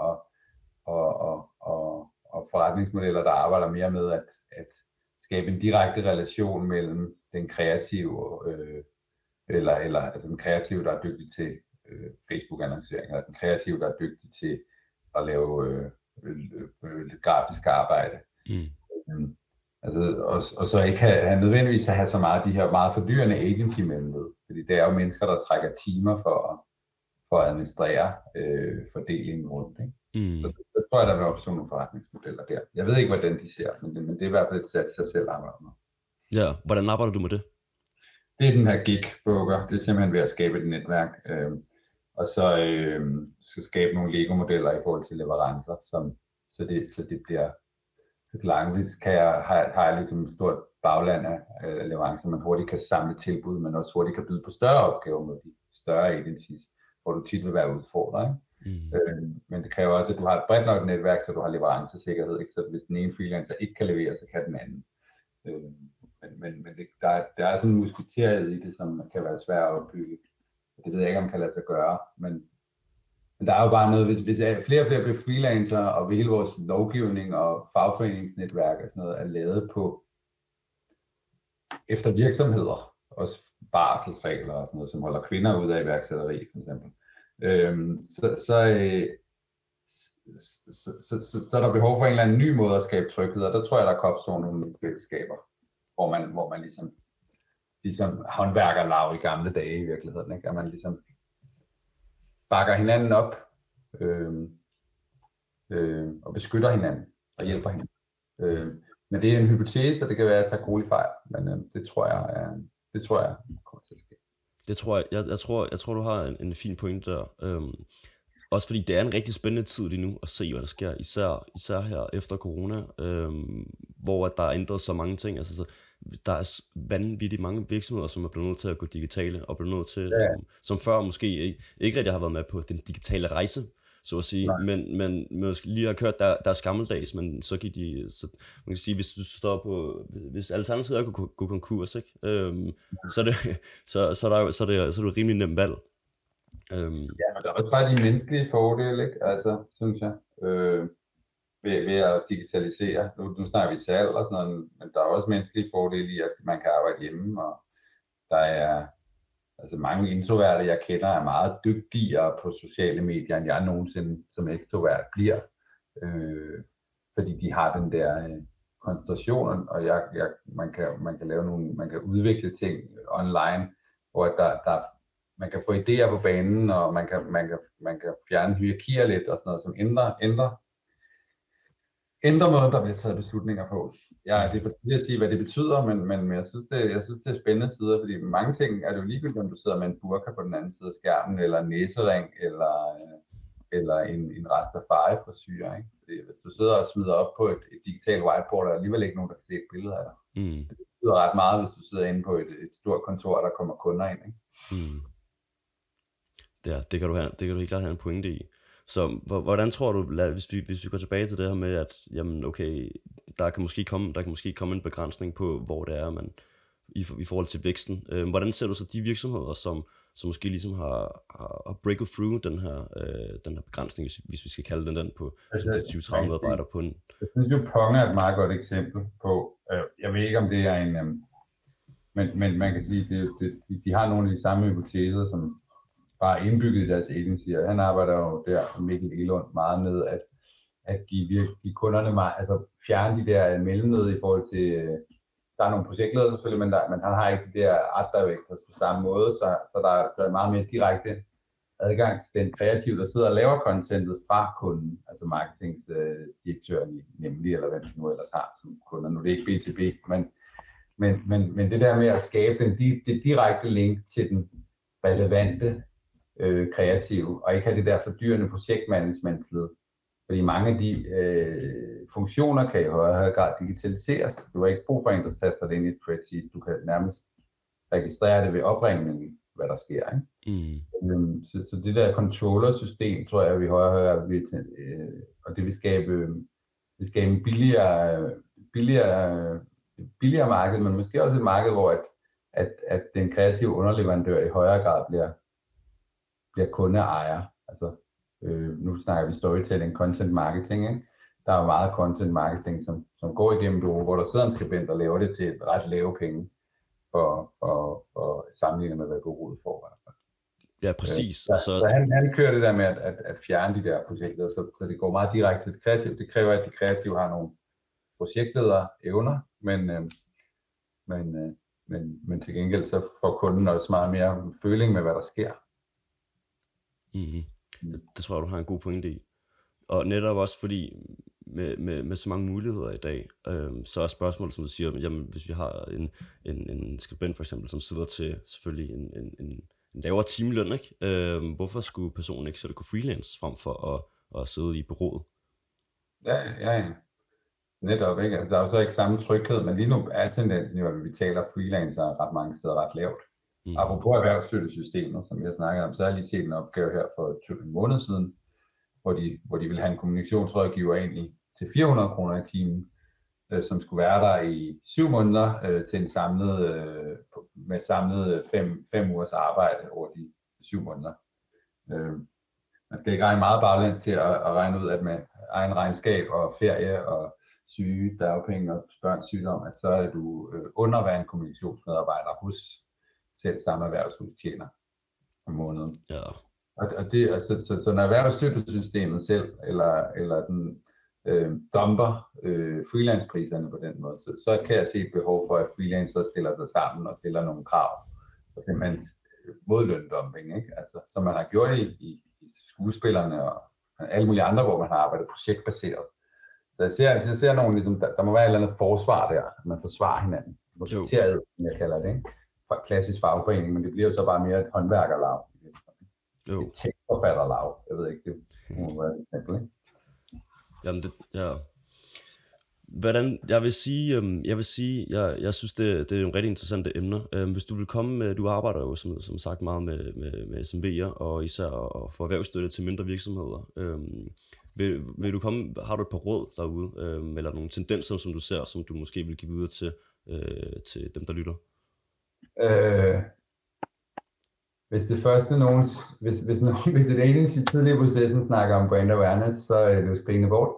A: og forretningsmodeller, der arbejder mere med at skabe en direkte relation mellem den kreative, eller altså den kreative, der er dygtig til Facebook-annoncering, og den kreative, der er dygtig til at lave grafisk arbejde. Altså, og så ikke have nødvendigvis have så meget de her meget fordyrende agency med, fordi det er jo mennesker, der trækker timer for at administrere fordelingen rundt. Ikke? Så tror jeg, der vil opstå nogle forretningsmodeller der. Jeg ved ikke, hvordan de ser, men det er i hvert fald et sats, jeg selv arbejder med.
C: Ja, hvordan arbejder du med det? Det
A: er den her gig-broker. Det er simpelthen ved at skabe et netværk, og så skal skabe nogle Lego-modeller i forhold til leverancer, så det bliver så langvis har jeg ligesom et stort bagland af leverancer, man hurtigt kan samle tilbud, men også hurtigt kan byde på større opgaver med de større agencies, hvor du tit vil være udfordret. Men det kræver også, at du har et bredt nok netværk, så du har leverancesikkerhed, ikke? Så hvis den ene freelancer ikke kan levere, så kan den anden. Men der er sådan en musketeriet i det, som kan være svært at opbygge. Det ved jeg ikke, om kan lade sig gøre, men der er jo bare noget, hvis flere og flere bliver freelancer, og hele vores lovgivning og fagforeningsnetværk og sådan noget er lavet på efter virksomheder, også barselsregler og sådan noget, som holder kvinder ud af iværksætteri for eksempel, så er der behov for en eller anden ny måde at skabe tryghed, og der tror jeg, der kan opstå nogle fællesskaber, hvor man ligesom håndværkerlav i gamle dage i virkeligheden, ikke? At man ligesom bakker hinanden op og beskytter hinanden og hjælper hinanden. Men det er en hypotese, og det kan være, at jeg tager grueligt fejl, men det tror jeg kommer til at ske.
C: Det tror jeg tror du har en fin point der. Også fordi det er en rigtig spændende tid lige nu at se, hvad der sker, især her efter corona, hvor der er ændret så mange ting. Altså, der er vanvittigt mange virksomheder, som er blevet nødt til at gå digitale, og blevet nødt til, som før måske ikke rigtig har været med på den digitale rejse, så at sige, men måske lige har kørt deres gammeldags, men så gik de, så man kan sige, hvis du står på, hvis alternativet kunne gå konkurs, ikke? Så er det et rimelig nemt valg.
A: Ja, men der er også bare de menneskelige fordele, ikke? Altså, synes jeg, ved at digitalisere. Nu snakker vi salg og sådan noget, men der er også menneskelige fordele i, at man kan arbejde hjemme, og der er altså mange introverte, jeg kender, er meget dygtigere på sociale medier, end jeg nogensinde som ekstrovert bliver, fordi de har den der koncentration, og man kan lave nogle, man kan udvikle ting online, hvor der man kan få idéer på banen, og man kan fjerne hierarkier lidt og sådan noget, som ændrer måden, der bliver taget beslutninger på. Ja, det er for at sige, hvad det betyder, men jeg synes, det er spændende sider, fordi mange ting er det jo ligegyldigt, om du sidder med en burka på den anden side af skærmen, eller en næsering, eller en Rastafari-frisyr, ikke? Fordi hvis du sidder og smider op på et digitalt whiteboard, er der alligevel ikke nogen, der kan se et billede af dig. Det betyder ret meget, hvis du sidder inde på et stort kontor, og der kommer kunder ind, ikke?
C: Det kan du helt klart have en pointe i. Så hvordan tror du, hvis vi går tilbage til det her med, at jamen okay, der kan måske komme en begrænsning på, hvor det er, man i forhold til væksten. Hvordan ser du så de virksomheder, som måske ligesom har breaket through den her begrænsning, hvis vi skal kalde den på 20-30 medarbejdere på en?
A: Jeg synes jo, Pong er et meget godt eksempel på, jeg ved ikke om det er en, men man kan sige, de har nogle af de samme hypoteser, som bare indbygget i deres agency, og han arbejder jo der, Mikkel Elund, meget med at give kunderne, altså fjerne de der mellemled i forhold til, der er nogle projektledere selvfølgelig, men han har ikke de der art directors på samme måde, så der er meget mere direkte adgang til den kreative, der sidder og laver contentet fra kunden, altså marketingsdirektøren nemlig, eller hvad de nu ellers har som kunder. Nu er det ikke B2B, men det der med at skabe det direkte link til den relevante kreative, og ikke have det der fordyrende projektmanagementled. Fordi mange af de funktioner kan i højere grad digitaliseres. Du har ikke brug for en, der taster det ind i et spreadsheet. Du kan nærmest registrere det ved opringningen, hvad der sker. Ikke? Så det der controller-system, tror jeg, vi i højere grad vil til, og det vil skabe en billigere marked, men måske også et marked, hvor at den kreative underleverandør i højere grad bliver kundeejer. Altså, nu snakker vi storytelling, content marketing, ikke? Der er jo meget content marketing, som går igennem bureau, hvor der sidder en skribent og laver det til et ret lave penge for sammenlignet med, hvad Google får.
C: Ja, præcis.
A: Så han kører det der med at fjerne de der projekter, så det går meget direkte til det kreative. Det kræver, at de kreative har nogle projektledere evner, men til gengæld så får kunden også meget mere føling med, hvad der sker.
C: Det tror jeg, du har en god pointe i. Og netop også fordi, med så mange muligheder i dag, så er spørgsmålet, som du siger, jamen, hvis vi har en skribent for eksempel, som sidder til selvfølgelig en lavere timeløn, ikke? Hvorfor skulle personen ikke så det kunne freelance frem for at sidde i bureauet?
A: Ja. Netop, ikke? Altså, der er jo så ikke samme tryghed, men lige nu er tendensen jo, at vi taler freelancer ret mange steder ret lavt. Apropos erhvervsstøttesystemet, som vi har snakket om, så har jeg lige set en opgave her for en måned siden, hvor de ville have en kommunikationsrådgiver ind til 400 kroner i timen, som skulle være der i 7 måneder til en samlet 5 ugers arbejde over de 7 måneder. Man skal ikke regne meget baglæns til at regne ud, at med egen regnskab og ferie og syge, dagpenge og børns sygdom, at så er du under, hvad en kommunikationsmedarbejder hos selv samme erhvervshus tjener om måneden.
C: Ja.
A: Og det, altså, så når erhvervsstøttesystemet selv eller sådan, dumper freelancepriserne på den måde, så kan jeg se et behov for, at freelancere stiller sig sammen og stiller nogle krav og simpelthen mod løndumping, ikke? Altså, som man har gjort i skuespillerne og alle mulige andre, hvor man har arbejdet projektbaseret. Så jeg ser nogle, ligesom, der må være et eller andet forsvar der, at man forsvarer hinanden. Motiveret, som jeg kalder det, ikke? Fra klassisk fagforening, men det bliver jo så bare mere et håndværkerlag. Et tekstforfatterlag, jeg ved ikke, det må være et eksempel, ikke?
C: Jamen ja. Hvordan, jeg synes det er nogle rigtig interessante emner. Hvis du vil komme med, du arbejder jo som sagt meget med SMV'er og især at få erhvervsstøtte til mindre virksomheder. Vil du komme, har du et par råd derude, eller nogle tendenser, som du ser, som du måske vil give videre til dem, der lytter?
A: Hvis det første hvis et agency tidligere i processen snakker om brand awareness, så er det jo springende bort.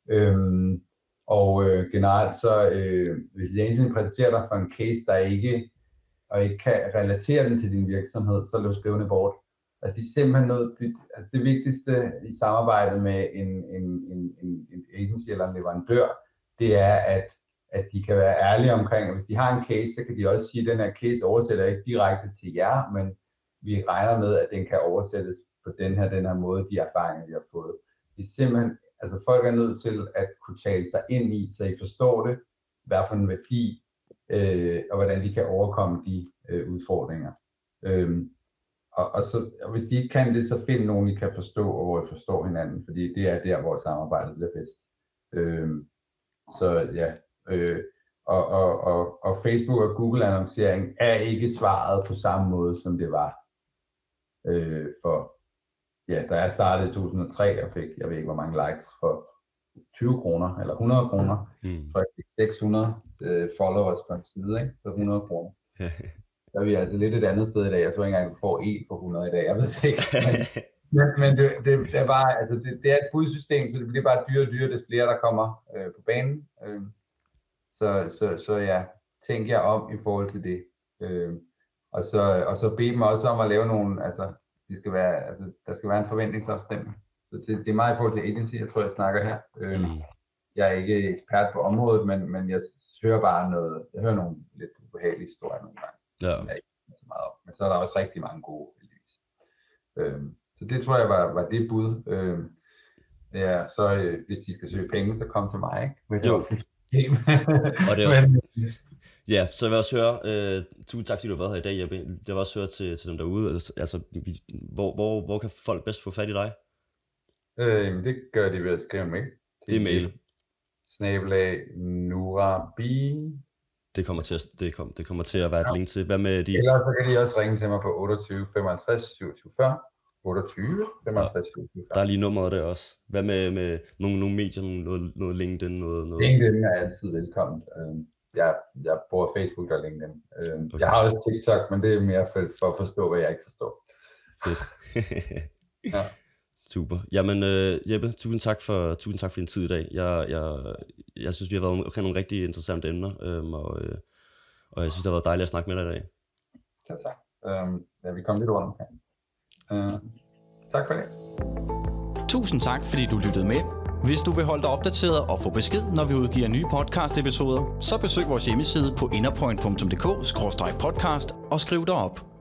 A: Generelt så, hvis et agency præsenterer dig for en case, der ikke kan relatere den til din virksomhed, så er det jo skrivende bort. Altså, de er simpelthen det vigtigste i samarbejde med en agency eller en leverandør, det er, at de kan være ærlige omkring, at hvis de har en case, så kan de også sige, at den her case oversætter ikke direkte til jer, men vi regner med, at den kan oversættes på den her måde, de erfaringer, vi har fået. Det er simpelthen, altså folk er nødt til at kunne tale sig ind i, så I forstår det, hvad for en værdi, og hvordan de kan overkomme de udfordringer. Og hvis de ikke kan det, så find nogen, I kan forstå, og hvor I forstår hinanden, fordi det er der, hvor samarbejdet bliver bedst. Så ja, og Facebook og Google annoncering er ikke svaret på samme måde, som det var da jeg startede i 2003 og fik, jeg ved ikke hvor mange likes for 20 kroner eller 100 kroner. Så jeg fik 600 followers på en side, ikke? For 100 kroner. Så er vi altså lidt et andet sted i dag. Jeg tror ikke engang, du får 1 for 100 i dag. Jeg ved det ikke. Men det er bare, altså det er et budsystem, så det bliver bare dyrere og dyrere, des flere der kommer på banen. Så ja, tænk jer om i forhold til det. Og så bed dem også om at lave nogle, altså der skal være en forventningsafstemning. Så det er meget i forhold til agency, jeg tror jeg snakker her. Jeg er ikke ekspert på området, men jeg hører bare jeg hører nogle lidt ubehagelige historier nogle gange.
C: Ja.
A: Jeg ikke så meget om. Men så er der også rigtig mange gode, heldigvis. Så det tror jeg var det bud. Så hvis de skal søge penge, så kom til mig, ikke? Hvis
C: jo. Og det er også... Ja, så jeg vil også høre, tusind tak fordi du har været her i dag, Jeppe. Jeg vil også høre til dem derude, altså hvor kan folk bedst få fat i dig?
A: Det gør de ved at skrive en mail.
C: Det er mail.
A: @nurabi.
C: Det kommer til at være et link til. Hvad med de?
A: Ellers så kan de også ringe til mig på 28 65 27 40. 28 65 27 40.
C: Der er lige nummeret der også. Hvad med nogle medier, noget LinkedIn, noget?
A: LinkedIn er altid velkommen. Jeg bruger Facebook og LinkedIn. Okay. Jeg har også TikTok, men det er mere for at forstå, hvad jeg ikke forstår.
C: Fedt.
A: Ja.
C: Super. Jamen Jeppe, tusind tak for din tid i dag. Jeg synes, vi har været omkring nogle rigtig interessante emner, og jeg synes, det har været dejligt at snakke med dig i dag.
A: Ja, tak. Vi kom lidt rundt omkring. Tak for det.
B: Tusind tak, fordi du lyttede med. Hvis du vil holde dig opdateret og få besked, når vi udgiver nye podcast-episoder, så besøg vores hjemmeside på innerpoint.dk/podcast og skriv dig op.